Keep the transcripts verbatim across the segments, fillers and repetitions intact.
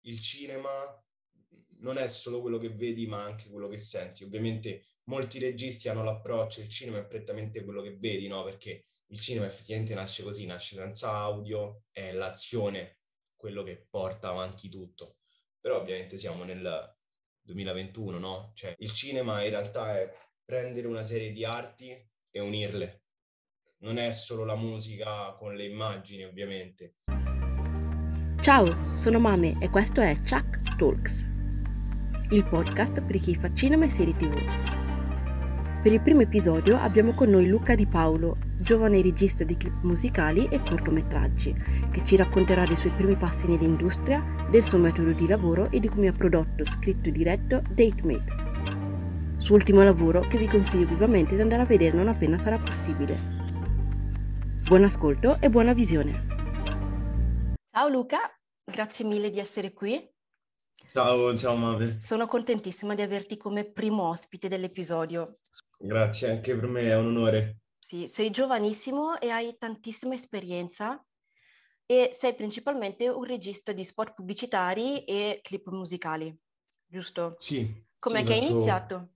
il cinema non è solo quello che vedi, ma anche quello che senti. Ovviamente molti registi hanno l'approccio, il cinema è prettamente quello che vedi, no? Perché il cinema effettivamente nasce così, nasce senza audio, è l'azione quello che porta avanti tutto. Però ovviamente siamo nel duemilaventuno, no? Cioè il cinema in realtà è prendere una serie di arti e unirle. Non è solo la musica con le immagini, ovviamente. Ciao, sono Mame e questo è Chuck Talks, il podcast per chi fa cinema e serie tivù. Per il primo episodio abbiamo con noi Luca Di Paolo, giovane regista di clip musicali e cortometraggi, che ci racconterà dei suoi primi passi nell'industria, del suo metodo di lavoro e di come ha prodotto, scritto e diretto Date Mate, suo ultimo lavoro che vi consiglio vivamente di andare a vedere non appena sarà possibile. Buon ascolto e buona visione! Ciao Luca, grazie mille di essere qui. Ciao, ciao Mave. Sono contentissima di averti come primo ospite dell'episodio. Grazie, anche per me è un onore. Sì, sei giovanissimo e hai tantissima esperienza e sei principalmente un regista di spot pubblicitari e clip musicali, giusto? Sì, Com'è sì, che hai faccio... iniziato?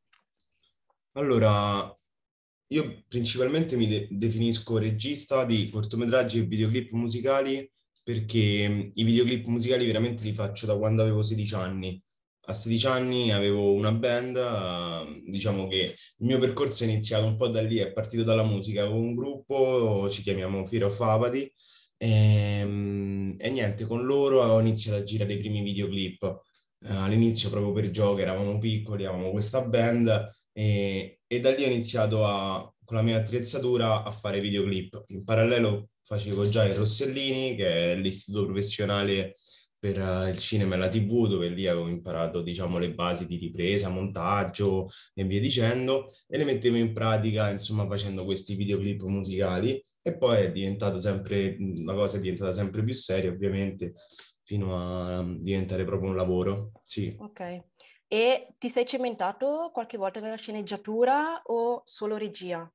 Allora, io principalmente mi de- definisco regista di cortometraggi e videoclip musicali perché mh, i videoclip musicali veramente li faccio da quando avevo sedici anni. A sedici anni avevo una band, eh, diciamo che il mio percorso è iniziato un po' da lì, è partito dalla musica. Avevo un gruppo, ci chiamiamo Fear of Apathy, e, mh, e niente, con loro ho iniziato a girare i primi videoclip. Eh, all'inizio proprio per gioco, eravamo piccoli, avevamo questa band e, e da lì ho iniziato a, con la mia attrezzatura a fare videoclip. In parallelo facevo già il Rossellini, che è l'istituto professionale per eh, il cinema e la T V, dove lì avevo imparato, diciamo, le basi di ripresa, montaggio e via dicendo, e le mettevo in pratica, insomma, facendo questi videoclip musicali. E poi è diventato sempre, la cosa è diventata sempre più seria, ovviamente, fino a diventare proprio un lavoro, sì. Ok. E ti sei cimentato qualche volta nella sceneggiatura o solo regia?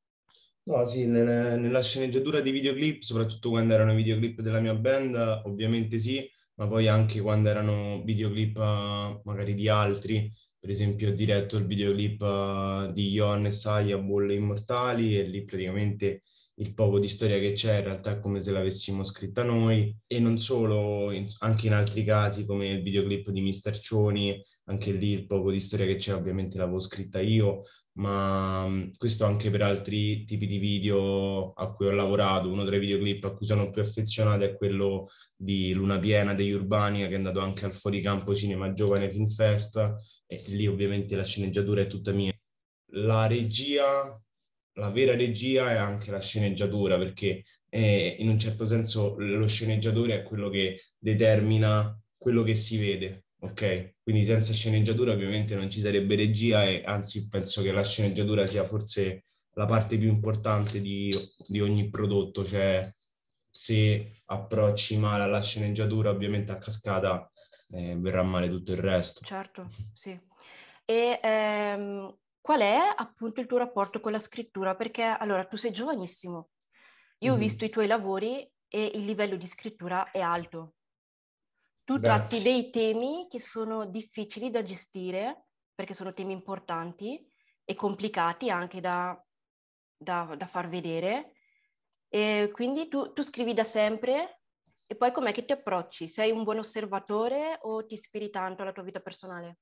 No, sì, nelle- nella sceneggiatura di videoclip, soprattutto quando erano i videoclip della mia band, ovviamente sì, ma poi anche quando erano videoclip eh, magari di altri. Per esempio ho diretto il videoclip eh, di Johann e Saya, Bolle Immortali, e lì praticamente il poco di storia che c'è in realtà è come se l'avessimo scritta noi, e non solo, in- anche in altri casi come il videoclip di mister Cioni, anche lì il poco di storia che c'è ovviamente l'avevo scritta io, ma mh, questo anche per altri tipi di video a cui ho lavorato. Uno tra i videoclip a cui sono più affezionato è quello di Luna Piena degli Urbania, che è andato anche al Fuoricampo Cinema Giovane Film Fest, e lì ovviamente la sceneggiatura è tutta mia. La regia, la vera regia è anche la sceneggiatura, perché eh, in un certo senso lo sceneggiatore è quello che determina quello che si vede, ok? Quindi senza sceneggiatura ovviamente non ci sarebbe regia, e anzi penso che la sceneggiatura sia forse la parte più importante di, di ogni prodotto, cioè se approcci male alla sceneggiatura ovviamente a cascata eh, verrà male tutto il resto. Certo, sì. E ehm, qual è appunto il tuo rapporto con la scrittura? Perché allora tu sei giovanissimo, io ho Mhm. visto i tuoi lavori e il livello di scrittura è alto. Tu tratti Grazie. dei temi che sono difficili da gestire, perché sono temi importanti e complicati anche da, da- da far vedere. E quindi tu, tu scrivi da sempre e poi com'è che ti approcci? Sei un buon osservatore o ti ispiri tanto alla tua vita personale?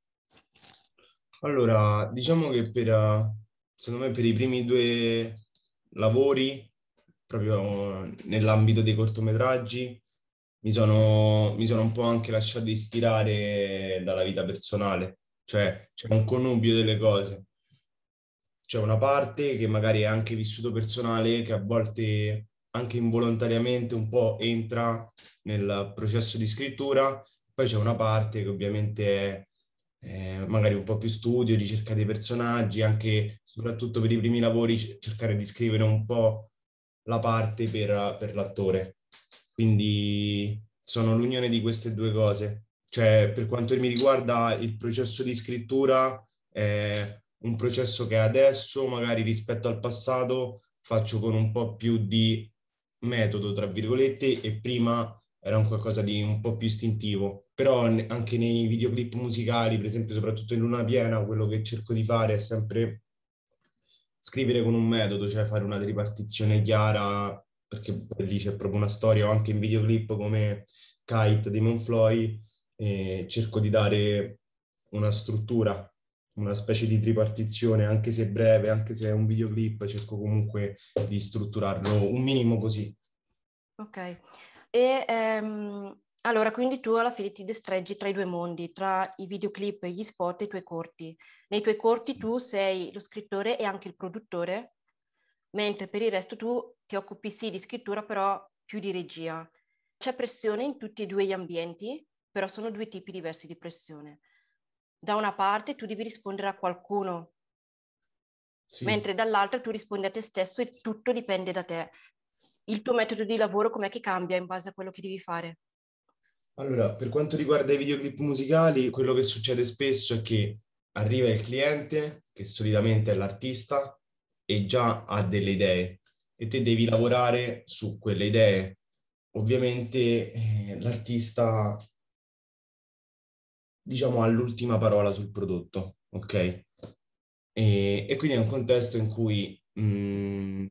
Allora, diciamo che per, eh, secondo me per i primi due lavori, proprio nell'ambito dei cortometraggi, mi sono, mi sono un po' anche lasciato ispirare dalla vita personale, cioè c'è un connubio delle cose. C'è una parte che magari è anche vissuto personale, che a volte anche involontariamente un po' entra nel processo di scrittura, poi c'è una parte che ovviamente è eh, magari un po' più studio, ricerca dei personaggi, anche soprattutto per i primi lavori c- cercare di scrivere un po' la parte per, per l'attore. Quindi sono l'unione di queste due cose. Cioè, per quanto mi riguarda, il processo di scrittura è un processo che adesso, magari rispetto al passato, faccio con un po' più di metodo, tra virgolette, e prima era un qualcosa di un po' più istintivo. Però ne- anche nei videoclip musicali, per esempio, soprattutto in Luna Piena, quello che cerco di fare è sempre scrivere con un metodo, cioè fare una ripartizione chiara, perché poi lì c'è proprio una storia, o anche in videoclip come Kite dei Monfloy, eh, cerco di dare una struttura, una specie di tripartizione, anche se breve, anche se è un videoclip, cerco comunque di strutturarlo un minimo così. Ok. E ehm, allora, quindi tu alla fine ti destreggi tra i due mondi, tra i videoclip e gli spot e i tuoi corti. Nei tuoi corti Sì. tu sei lo scrittore e anche il produttore, mentre per il resto tu ti occupi sì di scrittura, però più di regia. C'è pressione in tutti e due gli ambienti, però sono due tipi diversi di pressione. Da una parte tu devi rispondere a qualcuno, Sì. mentre dall'altra tu rispondi a te stesso e tutto dipende da te. Il tuo metodo di lavoro com'è che cambia in base a quello che devi fare? Allora, per quanto riguarda i videoclip musicali, quello che succede spesso è che arriva il cliente, che solitamente è l'artista, e già ha delle idee e te devi lavorare su quelle idee. Ovviamente eh, l'artista, diciamo, ha l'ultima parola sul prodotto, ok? E, e quindi è un contesto in cui mh,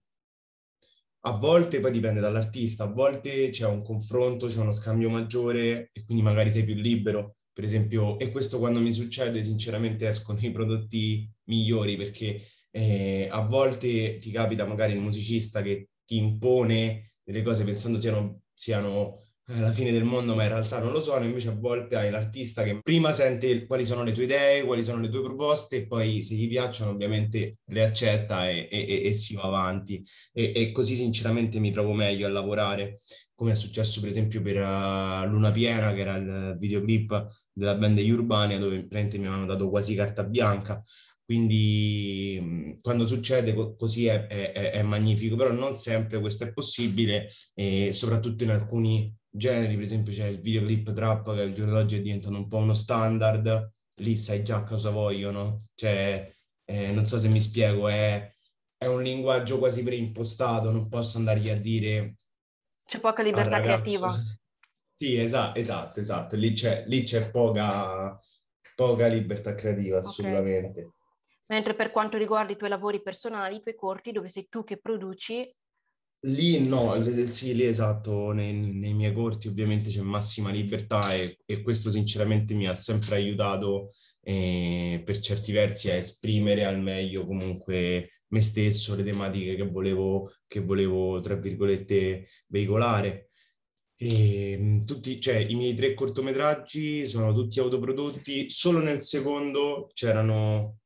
a volte poi dipende dall'artista, a volte c'è un confronto, c'è uno scambio maggiore e quindi magari sei più libero. Per esempio, e questo quando mi succede, sinceramente escono i prodotti migliori perché eh, a volte ti capita magari il musicista che ti impone delle cose pensando siano, siano eh, la fine del mondo, ma in realtà non lo sono. Invece a volte hai l'artista che prima sente quali sono le tue idee, quali sono le tue proposte e poi se gli piacciono ovviamente le accetta e, e- e si va avanti e, e così sinceramente mi trovo meglio a lavorare, come è successo per esempio per uh, Luna Piena, che era il videoclip della band degli Urbania, dove praticamente mi avevano dato quasi carta bianca. Quindi mh, quando succede co- così è, è- è- è magnifico, però non sempre questo è possibile e soprattutto in alcuni generi, per esempio c'è il videoclip trap che al giorno d'oggi è diventato un po' uno standard, lì sai già cosa vogliono, cioè eh, non so se mi spiego, è è un linguaggio quasi preimpostato, non posso andargli a dire C'è poca al libertà ragazzo. creativa. Sì, esatto, esatto, esatto. Lì c'è, lì c'è poca, poca libertà creativa, Ok. assolutamente. Mentre per quanto riguarda i tuoi lavori personali, i tuoi corti, dove sei tu che produci, Lì no, l- sì, lì esatto, nei, nei miei corti ovviamente c'è massima libertà e, e questo sinceramente mi ha sempre aiutato eh, per certi versi a esprimere al meglio comunque me stesso, le tematiche che volevo, che volevo, tra virgolette, veicolare. E, mh, tutti, cioè, i miei tre cortometraggi sono tutti autoprodotti, solo nel secondo c'erano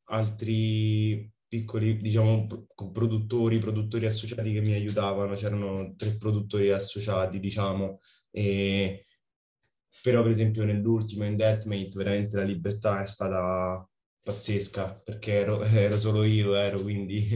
altri piccoli, diciamo, pro- produttori, produttori associati che mi aiutavano, c'erano tre produttori associati, diciamo, e però per esempio nell'ultimo, in Deathmate, veramente la libertà è stata pazzesca, perché ero, ero solo io, ero, quindi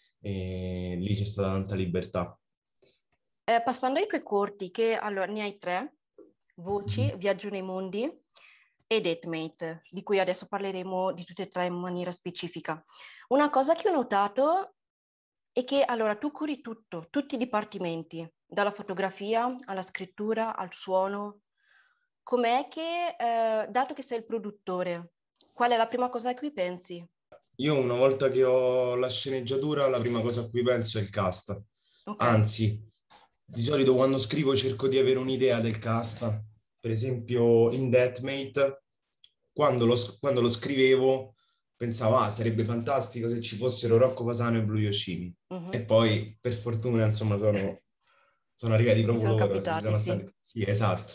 e lì c'è stata tanta libertà. eh, passando ai tuoi corti, che allora ne hai tre, Mhm. Voci, Viaggio nei mondi e Deathmate, di cui adesso parleremo di tutte e tre in maniera specifica. Una cosa che ho notato è che allora tu curi tutto, tutti i dipartimenti, dalla fotografia alla scrittura al suono. Com'è che, eh, dato che sei il produttore, qual è la prima cosa a cui pensi? Io una volta che ho la sceneggiatura, la prima cosa a cui penso è il cast. Ok. Anzi, di solito quando scrivo cerco di avere un'idea del cast. Per esempio in Deathmate, quando lo, quando lo scrivevo, pensavo, ah, sarebbe fantastico se ci fossero Rocco Fasano e Blue Yoshimi. E Mhm. poi, per fortuna, insomma, sono, sono arrivati Ti proprio sono loro. Ci capitati, sono sì. stati... Sì, esatto.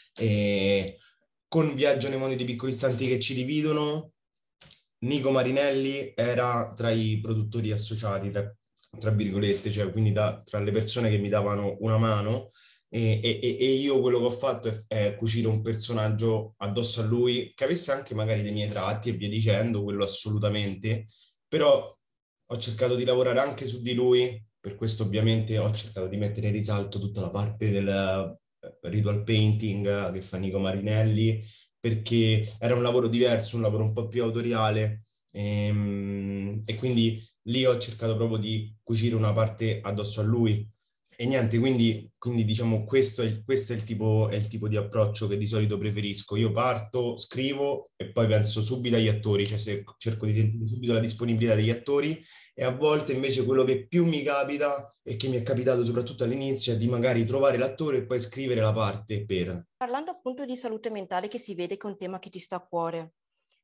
E con Viaggio nei mondi di piccoli istanti che ci dividono, Nico Marinelli era tra i produttori associati, tra, tra virgolette, cioè quindi da- tra le persone che mi davano una mano e, e- e io quello che ho fatto è, è cucire un personaggio addosso a lui che avesse anche magari dei miei tratti e via dicendo, quello assolutamente, però ho cercato di lavorare anche su di lui, per questo ovviamente ho cercato di mettere in risalto tutta la parte del eh, ritual painting eh, che fa Nico Marinelli, perché era un lavoro diverso, un lavoro un po' più autoriale ehm, e quindi lì ho cercato proprio di cucire una parte addosso a lui. E niente, quindi, quindi diciamo questo è, il- questo è il tipo, è il tipo di approccio che di solito preferisco. Io parto, scrivo e poi penso subito agli attori, cioè se- cerco di sentire subito la disponibilità degli attori e a volte invece quello che più mi capita e che mi è capitato soprattutto all'inizio è di magari trovare l'attore e poi scrivere la parte per... Parlando appunto di salute mentale, che si vede che è un tema che ti sta a cuore,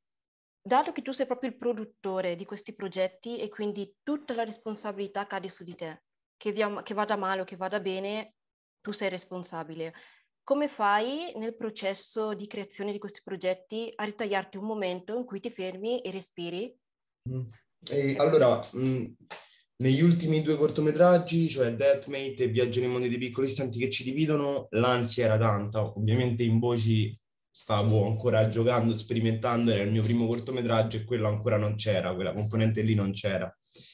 dato che tu sei proprio il produttore di questi progetti e quindi tutta la responsabilità cade su di te, che, via- che vada male o che vada bene, tu sei responsabile. Come fai nel processo di creazione di questi progetti a ritagliarti un momento in cui ti fermi e respiri? Mm. E allora, mh, negli ultimi due cortometraggi, cioè Deathmate e Viaggio nei mondi dei piccoli istanti che ci dividono, l'ansia era tanta. Ovviamente in voci stavo ancora giocando, sperimentando, era il mio primo cortometraggio e quello ancora non c'era, quella componente lì non c'era.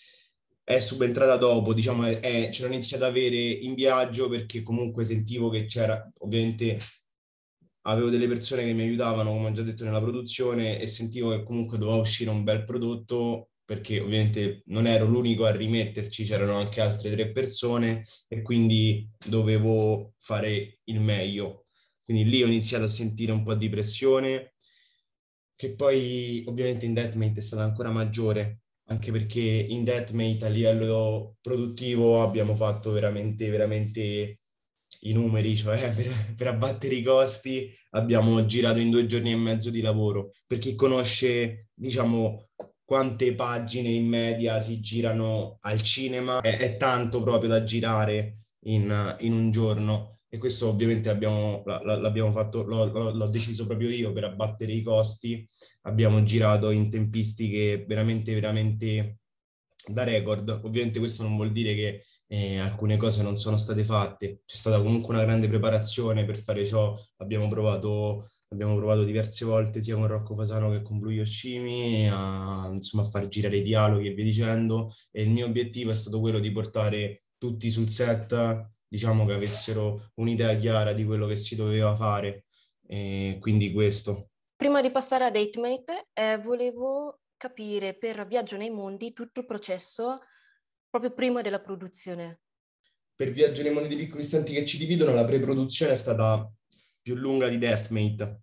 È subentrata dopo, diciamo, è, è- ce l'ho iniziata ad avere in viaggio perché comunque sentivo che c'era, ovviamente avevo delle persone che mi aiutavano, come ho già detto, nella produzione e sentivo che comunque doveva uscire un bel prodotto perché ovviamente non ero l'unico a rimetterci, c'erano anche altre tre persone e quindi dovevo fare il meglio. Quindi lì ho iniziato a sentire un po' di pressione, che poi ovviamente in Deathmate è stata ancora maggiore, anche perché in Deathmate a livello produttivo abbiamo fatto veramente, veramente i numeri, cioè per, per abbattere i costi abbiamo girato in due giorni e mezzo di lavoro. Per chi conosce, diciamo, quante pagine in media si girano al cinema, è, è tanto proprio da girare in, in un giorno. E questo ovviamente abbiamo, l'abbiamo fatto, l'ho, l'ho- l'ho deciso proprio io per abbattere i costi. Abbiamo girato in tempistiche veramente, veramente da record. Ovviamente questo non vuol dire che eh, alcune cose non sono state fatte. C'è stata comunque una grande preparazione per fare ciò. Abbiamo provato, abbiamo provato diverse volte sia con Rocco Fasano che con Blue Yoshimi a, insomma, a far girare i dialoghi e via dicendo. E il mio obiettivo è stato quello di portare tutti sul set, diciamo che avessero un'idea chiara di quello che si doveva fare. E quindi questo. Prima di passare a Datemate, eh, volevo capire per Viaggio nei mondi tutto il processo proprio prima della produzione. Per Viaggio nei mondi dei piccoli istanti che ci dividono, la pre-produzione è stata più lunga di Deathmate.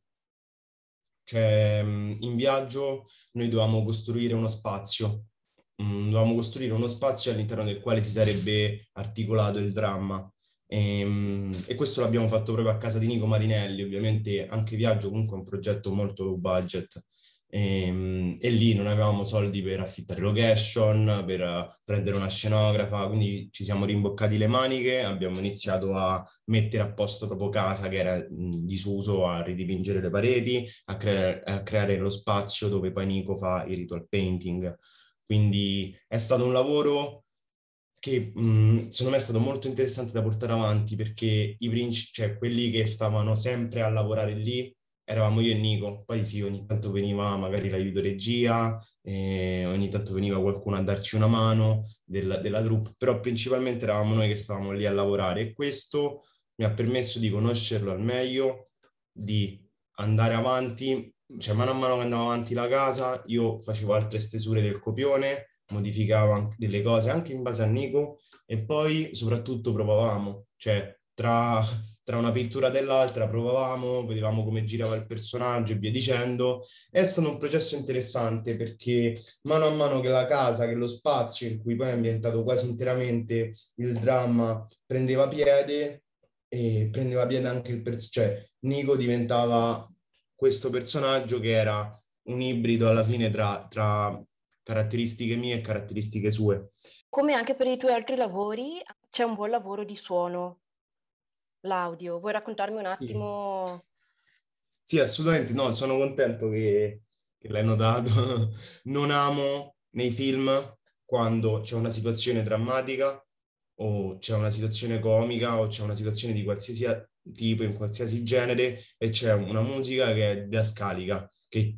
Cioè, mh, in viaggio noi dovevamo costruire uno spazio, Mm, dovevamo costruire uno spazio all'interno del quale si sarebbe articolato il dramma. E, mh, e questo l'abbiamo fatto proprio a casa di Nico Marinelli, ovviamente anche Viaggio comunque è un progetto molto low budget. E, mh, e lì non avevamo soldi per affittare location, per eh, prendere una scenografa, quindi ci siamo rimboccati le maniche, abbiamo iniziato a mettere a posto proprio casa che era mh, disuso, a ridipingere le pareti, a, cre- a creare lo spazio dove poi Nico fa il ritual painting. Quindi è stato un lavoro che mh, secondo me è stato molto interessante da portare avanti perché i princi- cioè quelli che stavano sempre a lavorare lì eravamo io e Nico. Poi sì, ogni tanto veniva magari l'aiuto regia, eh, ogni tanto veniva qualcuno a darci una mano del- della troupe, però principalmente eravamo noi che stavamo lì a lavorare e questo mi ha permesso di conoscerlo al meglio, di andare avanti, cioè mano a mano che andavo avanti la casa, io facevo altre stesure del copione, modificavo anche delle cose anche in base a Nico e poi soprattutto provavamo, cioè tra, tra una pittura dell'altra provavamo, vedevamo come girava il personaggio e via dicendo. È stato un processo interessante perché mano a mano che la casa, che lo spazio in cui poi è ambientato quasi interamente il dramma prendeva piede e prendeva piede anche il personaggio, cioè Nico diventava questo personaggio che era un ibrido alla fine tra, tra caratteristiche mie e caratteristiche sue. Come anche per i tuoi altri lavori, c'è un buon lavoro di suono, l'audio. Vuoi raccontarmi un Sì, attimo? sì, assolutamente, no, sono contento che, che l'hai notato. Non amo nei film quando c'è una situazione drammatica o c'è una situazione comica o c'è una situazione di qualsiasi a- tipo, in qualsiasi genere e c'è una musica che è didascalica, che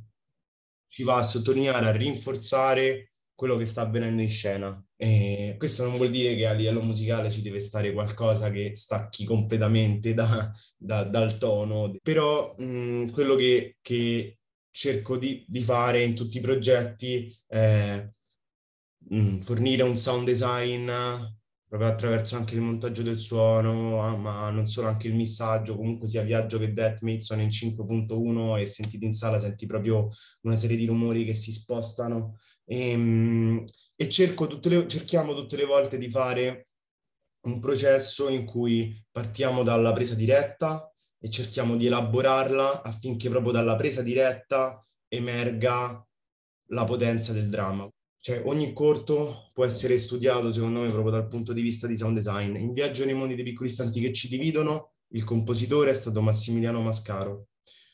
ci va a sottolineare, a rinforzare quello che sta avvenendo in scena. E questo non vuol dire che a livello musicale ci deve stare qualcosa che stacchi completamente da, da- dal tono, però mh, quello che, che cerco di, di fare in tutti i progetti è mh, fornire un sound design proprio attraverso anche il montaggio del suono, ah, ma non solo, anche il missaggio, comunque sia Viaggio che Deathmate sono in cinque punto uno e sentiti in sala senti proprio una serie di rumori che si spostano e, e cerco tutte le, cerchiamo tutte le volte di fare un processo in cui partiamo dalla presa diretta e cerchiamo di elaborarla affinché proprio dalla presa diretta emerga la potenza del dramma. Cioè, ogni corto può essere studiato, secondo me, proprio dal punto di vista di sound design. In Viaggio nei mondi dei piccoli istanti che ci dividono, il compositore è stato Massimiliano Mascaro.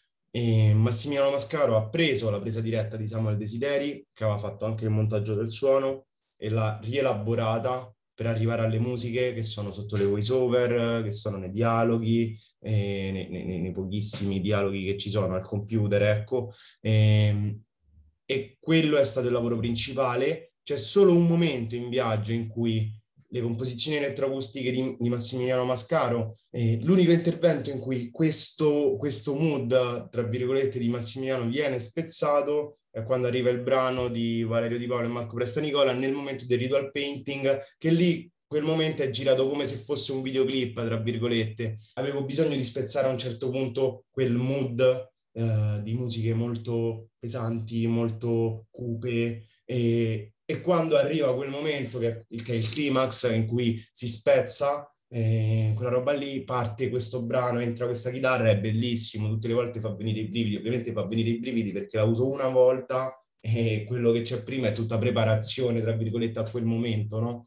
E Massimiliano Mascaro ha preso la presa diretta di Samuel Desideri, che aveva fatto anche il montaggio del suono, e l'ha rielaborata per arrivare alle musiche che sono sotto le voice over, che sono nei dialoghi, eh, nei, nei, nei pochissimi dialoghi che ci sono al computer, ecco. E, e quello è stato il lavoro principale. C'è solo un momento in Viaggio in cui le composizioni elettroacustiche di, di Massimiliano Mascaro, eh, l'unico intervento in cui questo, questo mood, tra virgolette, di Massimiliano viene spezzato è quando arriva il brano di Valerio Di Paolo e Marco Prestanicola nel momento del ritual painting, che lì quel momento è girato come se fosse un videoclip, tra virgolette. Avevo bisogno di spezzare a un certo punto quel mood eh, di musiche molto pesanti, molto cupe, e, e quando arriva quel momento che, che è il climax in cui si spezza, eh, quella roba lì, parte questo brano, entra questa chitarra, è bellissimo, tutte le volte fa venire i brividi, ovviamente fa venire i brividi perché la uso una volta e quello che c'è prima è tutta preparazione, tra virgolette, a quel momento, no?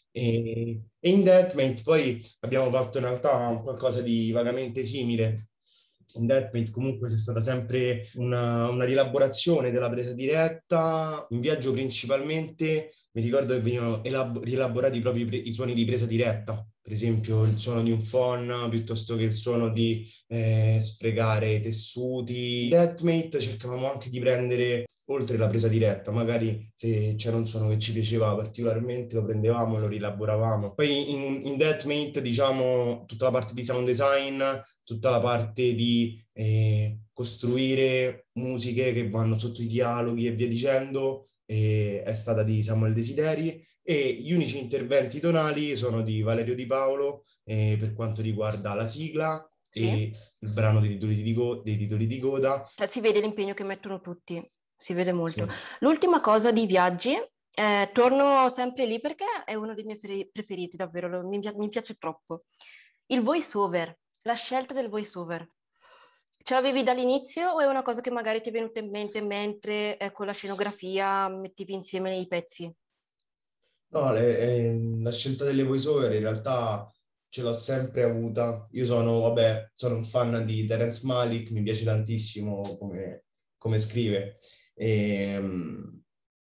E, e in Deathmate poi abbiamo fatto in realtà qualcosa di vagamente simile. In Deathmate comunque c'è stata sempre una, una rielaborazione della presa diretta, in Viaggio principalmente mi ricordo che venivano elab- rielaborati proprio i, pre- i suoni di presa diretta, per esempio il suono di un phon piuttosto che il suono di eh, sfregare i tessuti. In Deathmate cercavamo anche di prendere oltre la presa diretta, magari se c'era un suono che ci piaceva particolarmente lo prendevamo e lo rielaboravamo. Poi in, in Deathmate, diciamo, tutta la parte di sound design, tutta la parte di eh, costruire musiche che vanno sotto i dialoghi e via dicendo, eh, è stata di Samuel Desideri, e gli unici interventi tonali sono di Valerio Di Paolo eh, per quanto riguarda la sigla Sì? e il brano dei titoli di, go- dei titoli di coda. Cioè, si vede l'impegno che mettono tutti, si vede molto. Sì. L'ultima cosa di viaggi, eh, torno sempre lì perché è uno dei miei pre- preferiti, davvero, lo- mi, pi- mi piace troppo. Il voice over, la scelta del voice over. Ce l'avevi dall'inizio o è una cosa che magari ti è venuta in mente mentre eh, con la scenografia mettevi insieme i pezzi? No, le- eh, la scelta delle voice-over in realtà ce l'ho sempre avuta. Io sono, vabbè, sono un fan di Terence Malick, mi piace tantissimo come, come scrive. E, mm,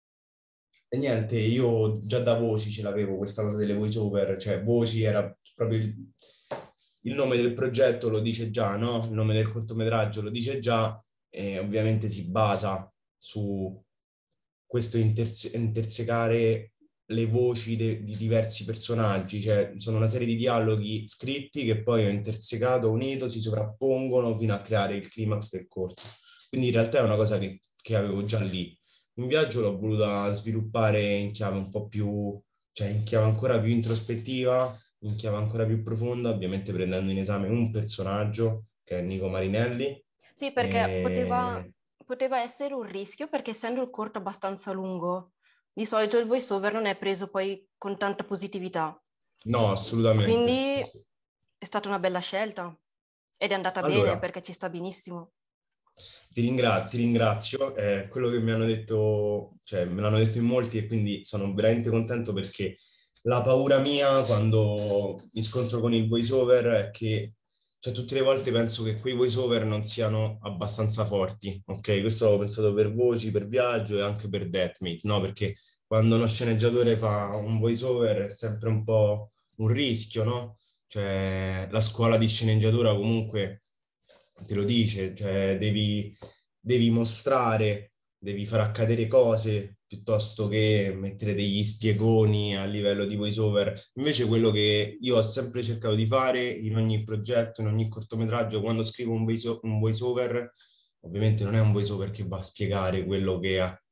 e niente, io già da Voci ce l'avevo questa cosa delle voice-over, cioè Voci era proprio il, il nome del progetto, lo dice già, no? Il nome del cortometraggio lo dice già, e ovviamente si basa su questo interse- intersecare le voci de- di diversi personaggi, cioè sono una serie di dialoghi scritti che poi ho intersecato, unito, si sovrappongono fino a creare il climax del corto. Quindi in realtà è una cosa che, che avevo già lì. In Viaggio l'ho voluta sviluppare in chiave un po' più, cioè in chiave ancora più introspettiva, in chiave ancora più profonda, ovviamente prendendo in esame un personaggio che è Nico Marinelli. Sì, perché poteva, E... poteva essere un rischio, perché essendo il corto abbastanza lungo, di solito il voice over non è preso poi con tanta positività. No, assolutamente. Quindi è stata una bella scelta ed è andata bene Allora, perché ci sta benissimo. Ti ringra- ti ringrazio, è quello che mi hanno detto, cioè me l'hanno detto in molti e quindi sono veramente contento perché la paura mia quando mi scontro con il voiceover è che, cioè tutte le volte penso che quei voiceover non siano abbastanza forti, ok? Questo l'ho pensato per Voci, per Viaggio e anche per Deathmate, no? Perché quando uno sceneggiatore fa un voiceover è sempre un po' un rischio, no? Cioè la scuola di sceneggiatura comunque te lo dice, cioè devi, devi mostrare, devi far accadere cose piuttosto che mettere degli spiegoni a livello di voiceover. Invece quello che io ho sempre cercato di fare in ogni progetto, in ogni cortometraggio, quando scrivo un voice- un voiceover, ovviamente non è un voiceover che va a spiegare quello che,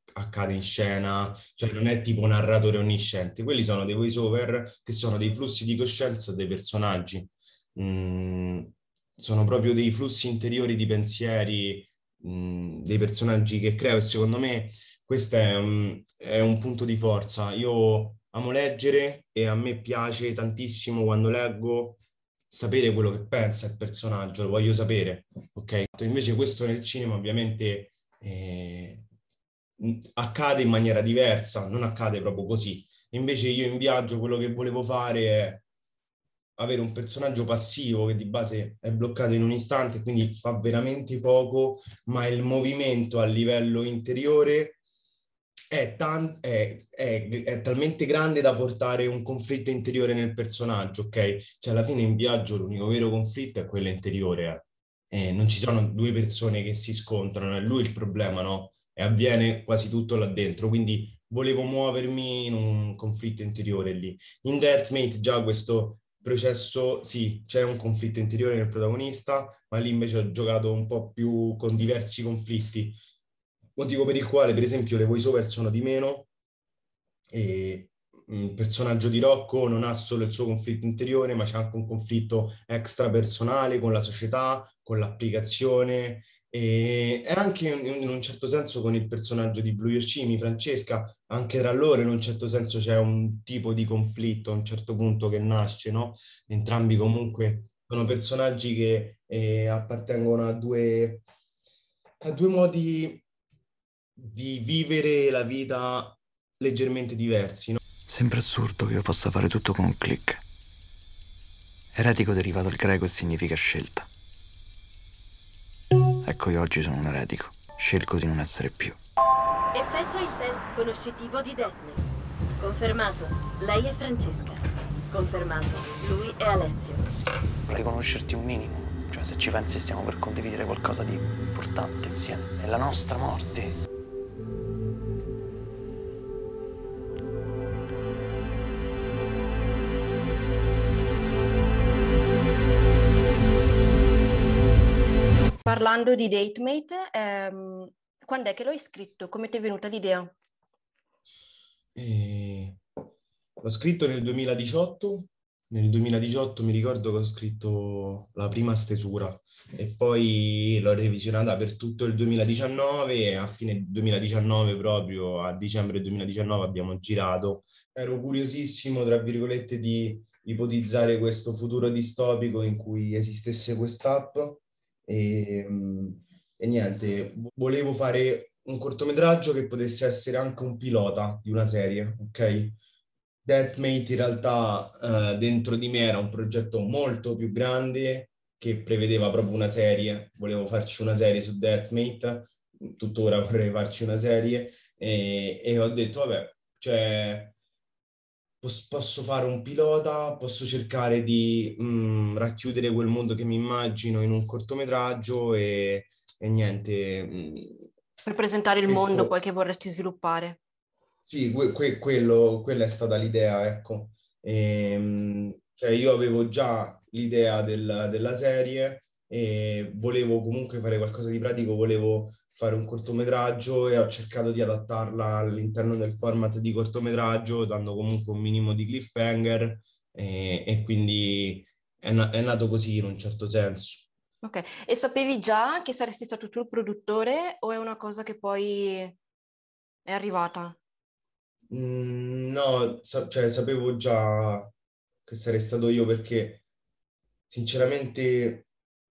accade in scena, cioè non è tipo un narratore onnisciente, quelli sono dei voice over che sono dei flussi di coscienza dei personaggi. Mm, sono proprio dei flussi interiori di pensieri, mh, dei personaggi che creo, e secondo me questo è un, è un punto di forza. Io amo leggere e a me piace tantissimo quando leggo sapere quello che pensa il personaggio, lo voglio sapere, ok? Invece questo nel cinema ovviamente eh, accade in maniera diversa, non accade proprio così. Invece io in viaggio quello che volevo fare è avere un personaggio passivo che di base è bloccato in un istante, quindi fa veramente poco, ma il movimento a livello interiore è, tan- è, è, è talmente grande da portare un conflitto interiore nel personaggio, ok? Cioè alla fine in viaggio l'unico vero conflitto è quello interiore, eh. Eh, non ci sono due persone che si scontrano, è lui il problema, no? E avviene quasi tutto là dentro, quindi volevo muovermi in un conflitto interiore lì. In Deathmate già questo processo, sì, c'è un conflitto interiore nel protagonista, ma lì invece ho giocato un po' più con diversi conflitti, motivo per il quale, per esempio, le voiceover sono di meno e il personaggio di Rocco non ha solo il suo conflitto interiore, ma c'è anche un conflitto extrapersonale con la società, con l'applicazione e, e anche in, in un certo senso con il personaggio di Blue Yoshimi, Francesca, anche tra loro in un certo senso c'è un tipo di conflitto a un certo punto che nasce, no? Entrambi comunque sono personaggi che eh, appartengono a due, a due modi di vivere la vita leggermente diversi, no? Sembra assurdo che io possa fare tutto con un click. Eretico deriva dal greco e significa scelta. Ecco, io oggi sono un eretico. Scelgo di non essere più. Effettua il test conoscitivo di Daphne. Confermato. Lei è Francesca. Confermato. Lui è Alessio. Vorrei conoscerti un minimo. Cioè, se ci pensi, stiamo per condividere qualcosa di importante insieme. È la nostra morte. Parlando di Datemate, ehm, quando è che l'hai scritto? Come ti è venuta l'idea? E l'ho scritto nel duemiladiciotto. Nel duemiladiciotto mi ricordo che ho scritto la prima stesura e poi l'ho revisionata per tutto il duemiladiciannove e a fine duemiladiciannove, proprio a dicembre duemiladiciannove, abbiamo girato. Ero curiosissimo, tra virgolette, di ipotizzare questo futuro distopico in cui esistesse quest'app e, e niente, volevo fare un cortometraggio che potesse essere anche un pilota di una serie, ok? Deathmate in realtà eh, dentro di me era un progetto molto più grande che prevedeva proprio una serie. Volevo farci una serie su Deathmate, tuttora vorrei farci una serie e, e ho detto, vabbè, cioè pos- posso fare un pilota, posso cercare di mh, racchiudere quel mondo che mi immagino in un cortometraggio e, e niente. mh, Per presentare il mondo questo poi che vorresti sviluppare. sì, que- que- quello, quella è stata l'idea, ecco. Ehm, cioè io avevo già l'idea del- della serie e volevo comunque fare qualcosa di pratico, volevo fare un cortometraggio e ho cercato di adattarla all'interno del format di cortometraggio, dando comunque un minimo di cliffhanger e, e quindi è, na- è nato così in un certo senso. Ok, e sapevi già che saresti stato tu il produttore o è una cosa che poi è arrivata? Mm, no, sa- cioè, sapevo già che sarei stato io perché sinceramente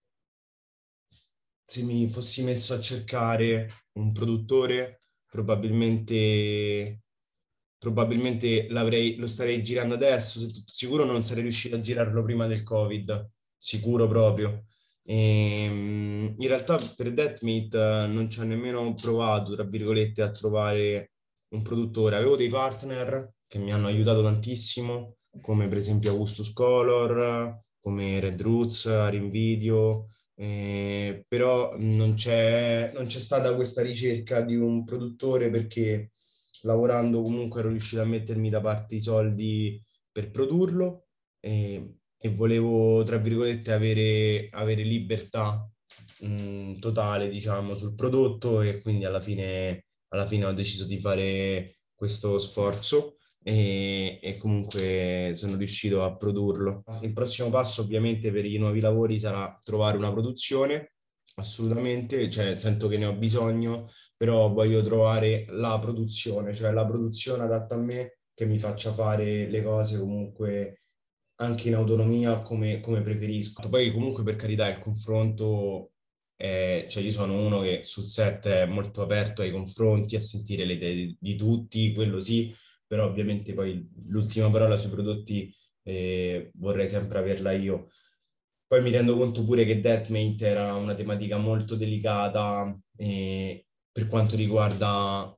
se mi fossi messo a cercare un produttore, probabilmente, probabilmente l'avrei, lo starei girando adesso. Se tutto sicuro non sarei riuscito a girarlo prima del Covid, sicuro proprio. Ehm, in realtà per Deathmeat eh, non ci ho nemmeno provato, tra virgolette, a trovare un produttore. Avevo dei partner che mi hanno aiutato tantissimo, come per esempio Augustus Color, come Red Roots, Arim Video, eh, però non c'è non c'è stata questa ricerca di un produttore perché lavorando comunque ero riuscito a mettermi da parte i soldi per produrlo e, e volevo, tra virgolette, avere, avere libertà mh, totale, diciamo, sul prodotto e quindi alla fine alla fine ho deciso di fare questo sforzo e, e comunque sono riuscito a produrlo. Il prossimo passo ovviamente per i nuovi lavori sarà trovare una produzione, assolutamente, cioè sento che ne ho bisogno, però voglio trovare la produzione, cioè la produzione adatta a me che mi faccia fare le cose comunque anche in autonomia come, come preferisco. Poi comunque per carità il confronto, è, cioè io sono uno che sul set è molto aperto ai confronti, a sentire le idee di tutti, quello sì, però ovviamente poi l'ultima parola sui prodotti eh, vorrei sempre averla io. Poi mi rendo conto pure che Deathmate era una tematica molto delicata eh, per quanto riguarda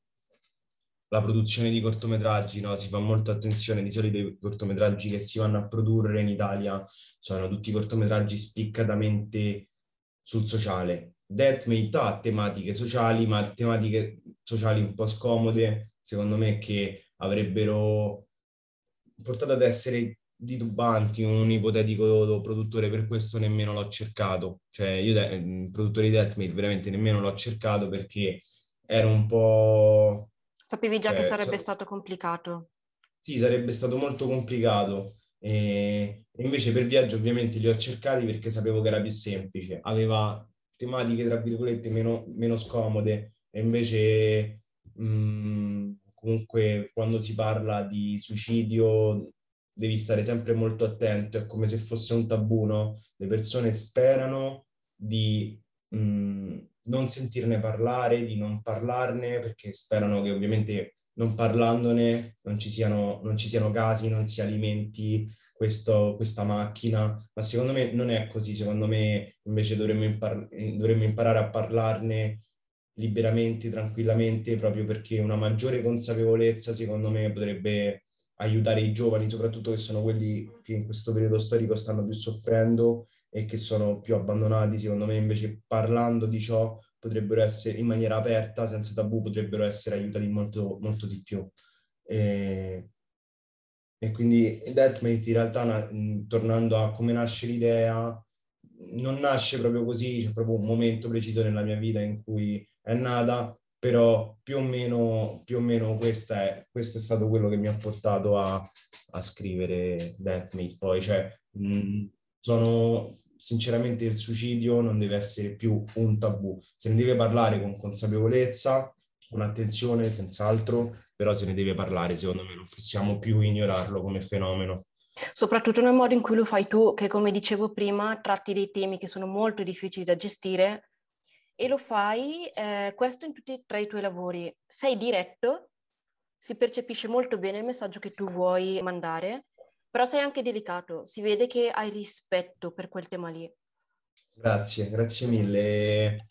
la produzione di cortometraggi, no? Si fa molta attenzione, di solito i cortometraggi che si vanno a produrre in Italia sono tutti cortometraggi spiccatamente sul sociale. Deathmate ha tematiche sociali, ma tematiche sociali un po' scomode, secondo me, che avrebbero portato ad essere titubanti un ipotetico produttore, per questo nemmeno l'ho cercato. Cioè io, il produttore di Deathmate, veramente nemmeno l'ho cercato perché ero un po'... Sapevi già che Cioè, sarebbe so- stato complicato. sì, sarebbe stato molto complicato. E e invece per viaggio ovviamente li ho cercati perché sapevo che era più semplice. Aveva tematiche, tra virgolette, meno, meno scomode. E invece, mh, comunque, quando si parla di suicidio, devi stare sempre molto attento. È come se fosse un tabù, no? Le persone sperano di mh, non sentirne parlare, di non parlarne, perché sperano che ovviamente non parlandone non ci siano, non ci siano casi, non si alimenti questo, questa macchina, ma secondo me non è così, secondo me invece dovremmo, impar- dovremmo imparare a parlarne liberamente, tranquillamente, proprio perché una maggiore consapevolezza secondo me potrebbe aiutare i giovani, soprattutto che sono quelli che in questo periodo storico stanno più soffrendo e che sono più abbandonati, secondo me invece parlando di ciò potrebbero essere in maniera aperta, senza tabù, potrebbero essere aiutati molto, molto di più. E, e quindi Deathmate in realtà, na- mh, tornando a come nasce l'idea, non nasce proprio così, c'è proprio un momento preciso nella mia vita in cui è nata, però più o meno, più o meno questa è, questo è stato quello che mi ha portato a, a scrivere Deathmate. Poi, cioè, mh, sono sinceramente il suicidio non deve essere più un tabù, se ne deve parlare con consapevolezza, con attenzione, senz'altro, però se ne deve parlare, secondo me non possiamo più ignorarlo come fenomeno. Soprattutto nel modo in cui lo fai tu, che come dicevo prima, tratti dei temi che sono molto difficili da gestire e lo fai, eh, questo in tutti e tre i tuoi lavori. Sei diretto, si percepisce molto bene il messaggio che tu vuoi mandare, però sei anche delicato, si vede che hai rispetto per quel tema lì. Grazie, grazie mille.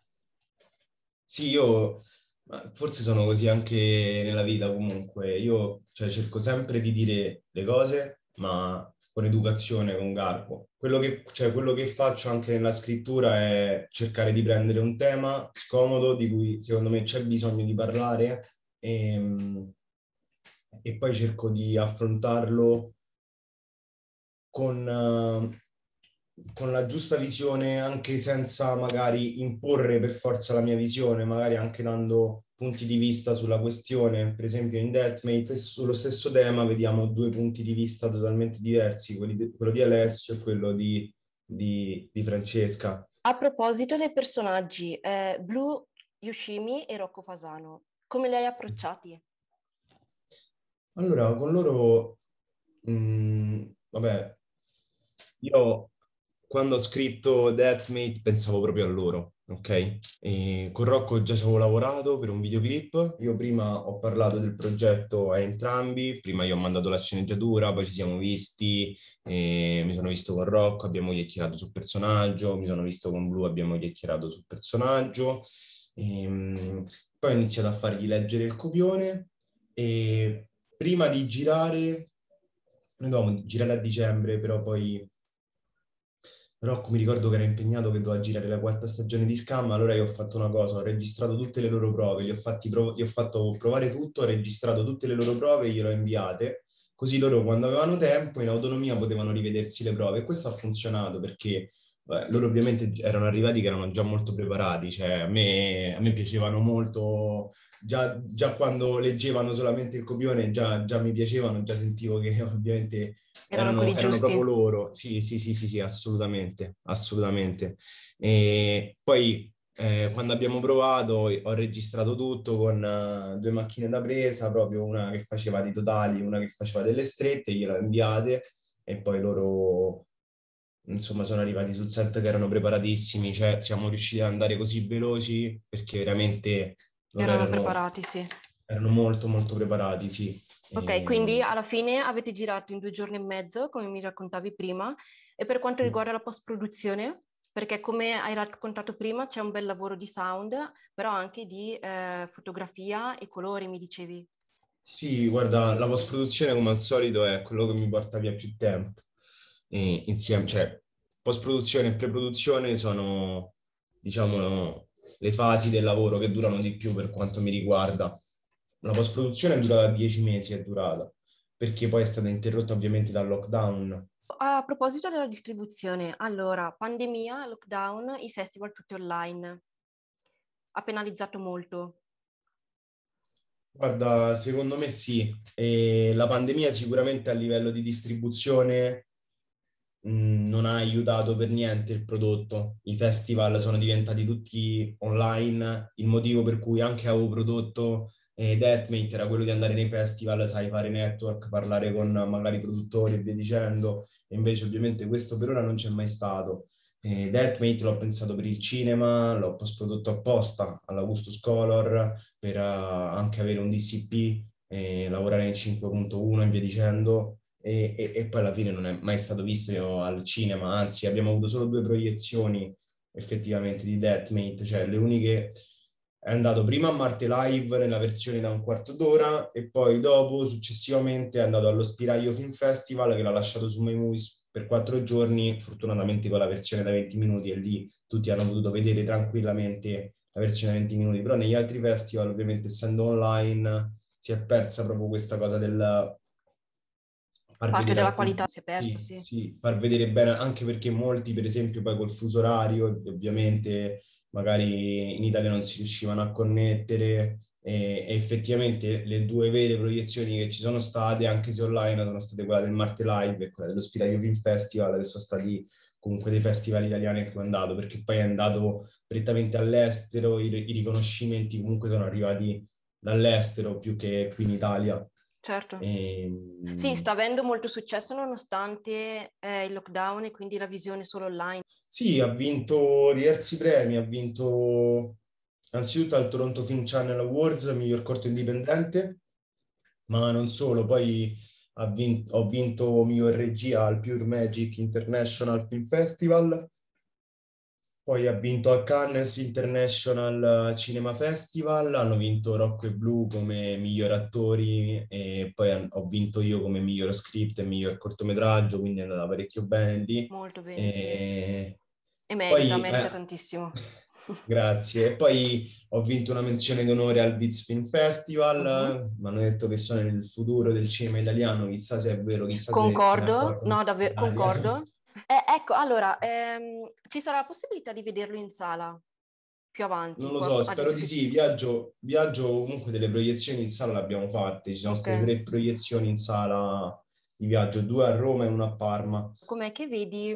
Sì, io ma forse sono così anche nella vita comunque. Io cioè, cerco sempre di dire le cose, ma con educazione, con garbo. Quello che, cioè, quello che faccio anche nella scrittura è cercare di prendere un tema scomodo di cui secondo me c'è bisogno di parlare e, e poi cerco di affrontarlo con, eh, con la giusta visione, anche senza magari imporre per forza la mia visione, magari anche dando punti di vista sulla questione. Per esempio in Deathmate, sullo stesso tema, vediamo due punti di vista totalmente diversi, quelli di- quello di Alessio e quello di, di- di Francesca. A proposito dei personaggi, eh, Blue Yoshimi e Rocco Fasano, come li hai approcciati? Allora, con loro, mh, vabbè, io quando ho scritto Deathmate pensavo proprio a loro, ok? E con Rocco già ci avevo lavorato per un videoclip. Io prima ho parlato del progetto a entrambi, prima io ho mandato la sceneggiatura, poi ci siamo visti, e mi sono visto con Rocco, abbiamo chiacchierato sul personaggio, mi sono visto con Blue, abbiamo chiacchierato sul personaggio. E, mh, poi ho iniziato a fargli leggere il copione e prima di girare, noi dovevamo girare a dicembre, però poi Rocco mi ricordo che era impegnato che doveva girare la quarta stagione di Scam, allora io ho fatto una cosa, ho registrato tutte le loro prove, gli ho, fatti prov- gli ho fatto provare tutto, ho registrato tutte le loro prove e gliele ho inviate, così loro quando avevano tempo in autonomia potevano rivedersi le prove e questo ha funzionato perché Beh, loro ovviamente erano arrivati che erano già molto preparati, cioè a me, a me piacevano molto, già, già quando leggevano solamente il copione già, già mi piacevano, già sentivo che ovviamente Erano erano, quelli erano proprio giusti. loro. Sì, sì, sì, sì, sì, assolutamente, assolutamente. E poi eh, quando abbiamo provato ho registrato tutto con eh, due macchine da presa, proprio una che faceva dei totali, una che faceva delle strette, gliele ho inviate e poi loro insomma sono arrivati sul set che erano preparatissimi, cioè siamo riusciti ad andare così veloci perché veramente loro Erano erano, preparati, sì. erano molto molto preparati, sì. Ok, quindi E alla fine avete girato in due giorni e mezzo, come mi raccontavi prima, e per quanto riguarda la post-produzione, perché come hai raccontato prima c'è un bel lavoro di sound, però anche di eh, fotografia e colori, mi dicevi. sì, guarda, la post-produzione come al solito è quello che mi porta via più tempo. E insieme, cioè, post-produzione e pre-produzione sono, diciamo, le fasi del lavoro che durano di più per quanto mi riguarda. La post-produzione è durata dieci mesi, è durata, perché poi è stata interrotta ovviamente dal lockdown. A proposito della distribuzione, allora, pandemia, lockdown, i festival tutti online. Ha penalizzato molto. Guarda, secondo me sì. E la pandemia sicuramente a livello di distribuzione mh, non ha aiutato per niente il prodotto. I festival sono diventati tutti online. Il motivo per cui anche avevo prodotto eh, Deathmate era quello di andare nei festival, sai, fare network, parlare con magari produttori e via dicendo. E invece ovviamente questo per ora non c'è mai stato. Eh, Deathmate l'ho pensato per il cinema, l'ho post prodotto apposta all'Augustus Color per uh, anche avere un D C P, eh, lavorare in cinque punto uno e via dicendo e, e, e poi alla fine non è mai stato visto al cinema, anzi abbiamo avuto solo due proiezioni effettivamente di Deathmate, cioè le uniche è andato prima a Marte Live nella versione da un quarto d'ora e poi dopo, successivamente, è andato allo Spiraglio Film Festival che l'ha lasciato su My Movies per quattro giorni, fortunatamente con la versione da venti minuti e lì tutti hanno potuto vedere tranquillamente la versione da venti minuti, però negli altri festival, ovviamente essendo online, si è persa proprio questa cosa del far Parte vedere della al qualità pubblico, si è persa, sì, sì. sì, far vedere bene, anche perché molti, per esempio, poi col fuso orario, ovviamente magari in Italia non si riuscivano a connettere e, e effettivamente le due vere proiezioni che ci sono state, anche se online, sono state quella del Marte Live e quella dello Spiraglio Film Festival, che sono stati comunque dei festival italiani in cui è andato, perché poi è andato prettamente all'estero, i, i riconoscimenti comunque sono arrivati dall'estero più che qui in Italia. Certo. Sì, sta Ehm, avendo molto successo nonostante eh, il lockdown e quindi la visione solo online. Sì, ha vinto diversi premi, ha vinto anzitutto al Toronto Film Channel Awards, miglior corto indipendente, ma non solo, poi ha vin- ho vinto miglior regia al Pure Magic International Film Festival, poi ha vinto a Cannes International Cinema Festival, hanno vinto Rocco e Blu come miglior attori e poi han- ho vinto io come miglior script e miglior cortometraggio, quindi è andata parecchio bene lì. Molto bene, sì. E E merita, poi, merita eh, tantissimo. grazie. E poi ho vinto una menzione d'onore al Viz Film Mhm. Festival, mi hanno detto che sono nel futuro del cinema italiano, chissà se è vero, chissà se se ne Concordo, accorgono no, in davvero, Italia. concordo. Eh, ecco, allora, ehm, ci sarà la possibilità di vederlo in sala più Non avanti, lo qua so, a spero di Dischi. sì. Viaggio, viaggio comunque delle proiezioni in sala le abbiamo fatte. Ci sono Ok. state tre proiezioni in sala di viaggio, due a Roma e una a Parma. Com'è che vedi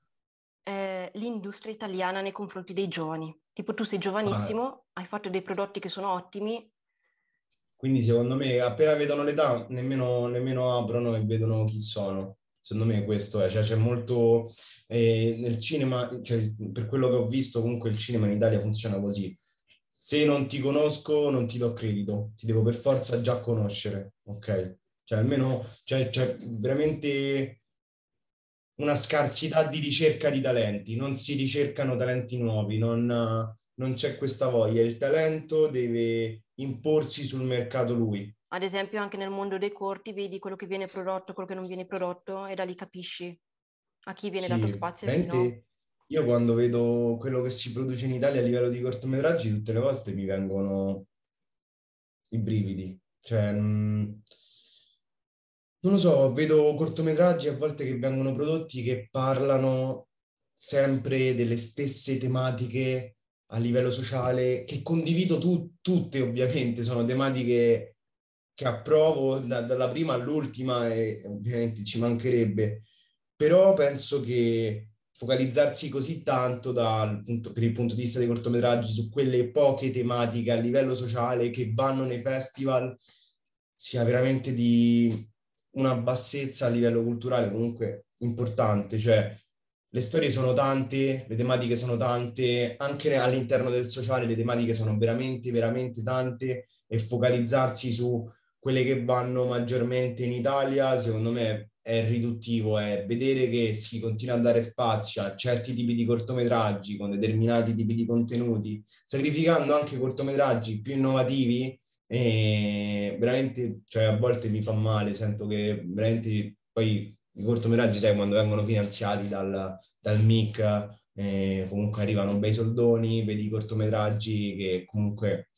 eh, l'industria italiana nei confronti dei giovani? Tipo, tu sei Ma giovanissimo, hai fatto dei prodotti che sono ottimi. quindi secondo me appena vedono l'età nemmeno, nemmeno aprono e vedono chi sono. Secondo me questo è, cioè c'è molto eh, nel cinema, cioè, per quello che ho visto comunque il cinema in Italia funziona così. Se non ti conosco non ti do credito, ti devo per forza già conoscere, ok? Cioè almeno cioè, c'è veramente una scarsità di ricerca di talenti, non si ricercano talenti nuovi, non, non c'è questa voglia, il talento deve imporsi sul mercato lui. Ad esempio, anche nel mondo dei corti, vedi quello che viene prodotto, quello che non viene prodotto, e da lì capisci a chi viene dato Sì, spazio e a chi no. veramente io quando vedo quello che si produce in Italia a livello di cortometraggi, tutte le volte mi vengono i brividi. Cioè, mh, non lo so, vedo cortometraggi a volte che vengono prodotti che parlano sempre delle stesse tematiche a livello sociale, che condivido tu, tutte ovviamente, sono tematiche che approvo da, dalla prima all'ultima e ovviamente ci mancherebbe, però penso che focalizzarsi così tanto dal punto, per il punto di vista dei cortometraggi su quelle poche tematiche a livello sociale che vanno nei festival sia veramente di una bassezza a livello culturale comunque importante, cioè le storie sono tante, le tematiche sono tante, anche all'interno del sociale le tematiche sono veramente, veramente tante e focalizzarsi su quelle che vanno maggiormente in Italia, secondo me è riduttivo, è vedere che si continua a dare spazio a certi tipi di cortometraggi con determinati tipi di contenuti, sacrificando anche cortometraggi più innovativi e veramente, cioè a volte mi fa male, sento che veramente poi i cortometraggi, sai, quando vengono finanziati dal, dal M I C, eh, comunque arrivano bei soldoni, vedi i cortometraggi che comunque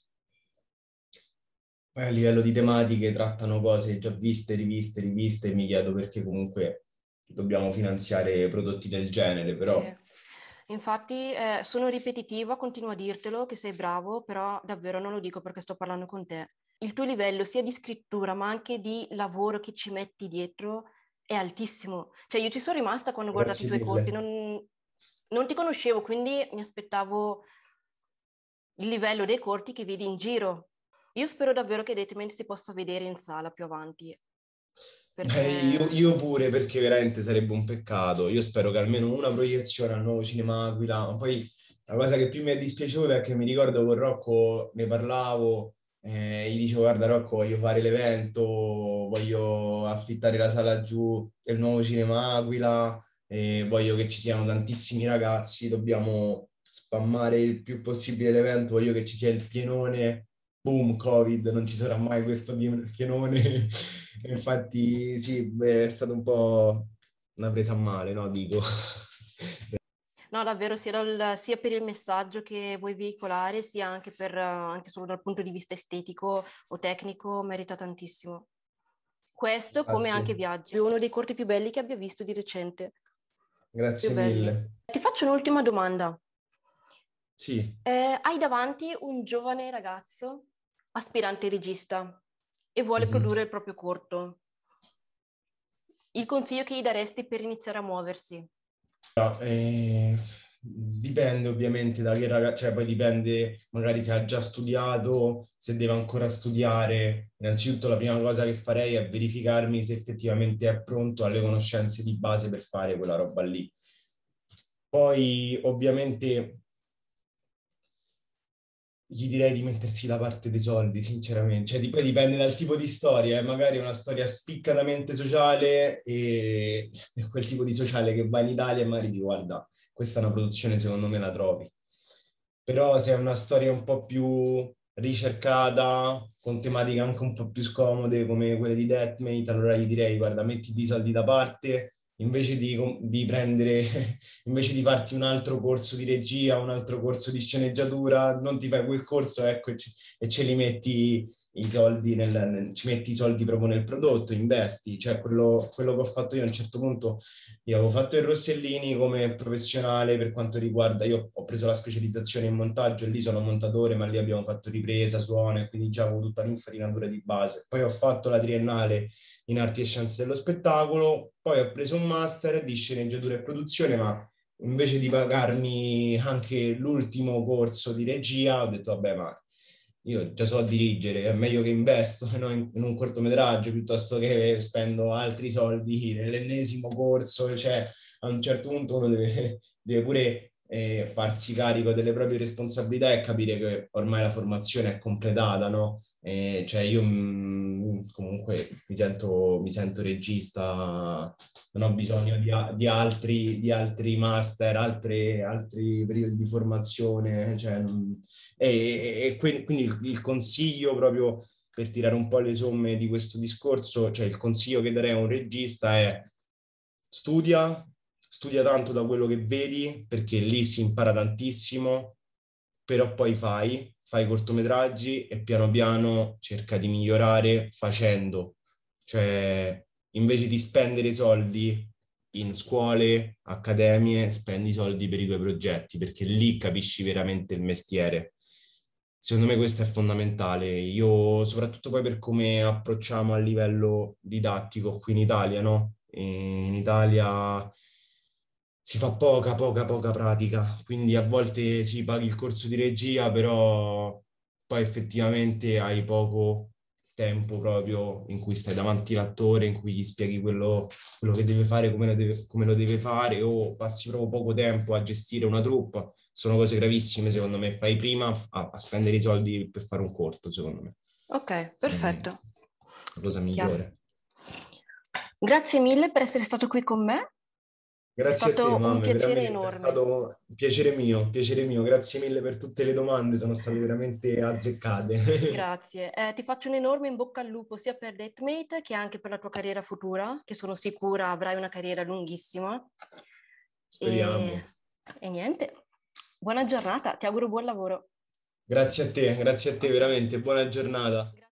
poi a livello di tematiche trattano cose già viste, riviste, riviste, e mi chiedo perché comunque dobbiamo finanziare prodotti del genere, però... Sì. Infatti eh, sono ripetitiva, continuo a dirtelo che sei bravo, però davvero non lo dico perché sto parlando con te. Il tuo livello sia di scrittura ma anche di lavoro che ci metti dietro è altissimo. Cioè io ci sono rimasta quando ho guardato i Grazie tuoi corti, mille. non, non ti conoscevo, quindi mi aspettavo il livello dei corti che vedi in giro. Io spero davvero che Detrimen트 si possa vedere in sala più avanti, Beh, io, perché io pure, perché veramente sarebbe un peccato. Io spero che almeno una proiezione al nuovo Cinema Aquila, ma poi la cosa che più mi è dispiaciuta è che mi ricordo con Rocco ne parlavo, eh, gli dicevo guarda Rocco, voglio fare l'evento, voglio affittare la sala giù del nuovo Cinema Aquila, e voglio che ci siano tantissimi ragazzi, dobbiamo spammare il più possibile l'evento, voglio che ci sia il pienone. Boom, Covid, non ci sarà mai questo pienone. Infatti, sì, beh, è stato un po' una presa a male, no? Dico. no, davvero, sia, dal- sia per il messaggio che vuoi veicolare, sia anche, per, eh, anche solo dal punto di vista estetico o tecnico, merita tantissimo. Questo, come anche Grazie, Viaggi, è uno dei corti più belli che abbia visto di recente. Più grazie belli. mille. Ti faccio un'ultima domanda. Sì. Eh, hai davanti un giovane ragazzo, aspirante regista, e vuole Mhm. produrre il proprio corto. Il consiglio che gli daresti per iniziare a muoversi? No, eh, dipende ovviamente da che ragazzo, cioè poi dipende magari se ha già studiato, se deve ancora studiare. Innanzitutto la prima cosa che farei è verificarmi se effettivamente è pronto alle conoscenze di base per fare quella roba lì. Poi ovviamente gli direi di mettersi la parte dei soldi, sinceramente. Cioè, di- poi dipende dal tipo di storia, eh. Magari è una storia spiccatamente sociale e è quel tipo di sociale che va in Italia e magari dico, guarda, questa è una produzione, secondo me la trovi. Però se è una storia un po' più ricercata, con tematiche anche un po' più scomode come quelle di Deathmate, allora gli direi, guarda, mettiti i soldi da parte, invece di, di prendere, invece di farti un altro corso di regia, un altro corso di sceneggiatura, non ti fai quel corso, ecco, e ce, e ce li metti i soldi nel, nel, ci metti i soldi proprio nel prodotto, investi, cioè quello, quello che ho fatto io a un certo punto, io avevo fatto il Rossellini come professionale per quanto riguarda, io ho preso la specializzazione in montaggio e lì sono montatore, ma lì abbiamo fatto ripresa, suono e quindi già avevo tutta l'infarinatura di base. Poi ho fatto la triennale in arti e scienze dello spettacolo, poi ho preso un master di sceneggiatura e produzione, ma invece di pagarmi anche l'ultimo corso di regia, ho detto vabbè, ma io già so dirigere, è meglio che investo no, in, in un cortometraggio piuttosto che spendo altri soldi nell'ennesimo corso, cioè a un certo punto uno deve, deve pure eh, farsi carico delle proprie responsabilità e capire che ormai la formazione è completata, no? Eh, cioè io mh, comunque mi sento, mi sento regista, non ho bisogno di, di altri, di altri master, altre, altri periodi di formazione, cioè, non, e, e quindi il, il consiglio proprio per tirare un po' le somme di questo discorso, cioè il consiglio che darei a un regista è studia, studia tanto da quello che vedi, perché lì si impara tantissimo, però poi fai, fai cortometraggi e piano piano cerca di migliorare facendo, cioè invece di spendere i soldi in scuole, accademie, spendi i soldi per i tuoi progetti, perché lì capisci veramente il mestiere. Secondo me questo è fondamentale. Io, soprattutto poi per come approcciamo a livello didattico qui in Italia, no? E in Italia si fa poca, poca, poca pratica, quindi a volte si paghi il corso di regia, però poi effettivamente hai poco tempo proprio in cui stai davanti all'attore, in cui gli spieghi quello, quello che deve fare, come lo deve, come lo deve fare, o passi proprio poco tempo a gestire una troupe. Sono cose gravissime, secondo me. Fai prima a, a spendere i soldi per fare un corto, secondo me. Ok, perfetto. La cosa Chiaro. migliore. Grazie mille per essere stato qui con me. Grazie È a te, stato un mamme, piacere veramente è enorme. stato un piacere mio, piacere mio. Grazie mille per tutte le domande, sono state veramente azzeccate. Grazie. Eh, ti faccio un enorme in bocca al lupo sia per Deathmate che anche per la tua carriera futura, che sono sicura avrai una carriera lunghissima. Speriamo. E, e niente, buona giornata, ti auguro buon lavoro. Grazie a te, grazie a te, veramente. Buona giornata.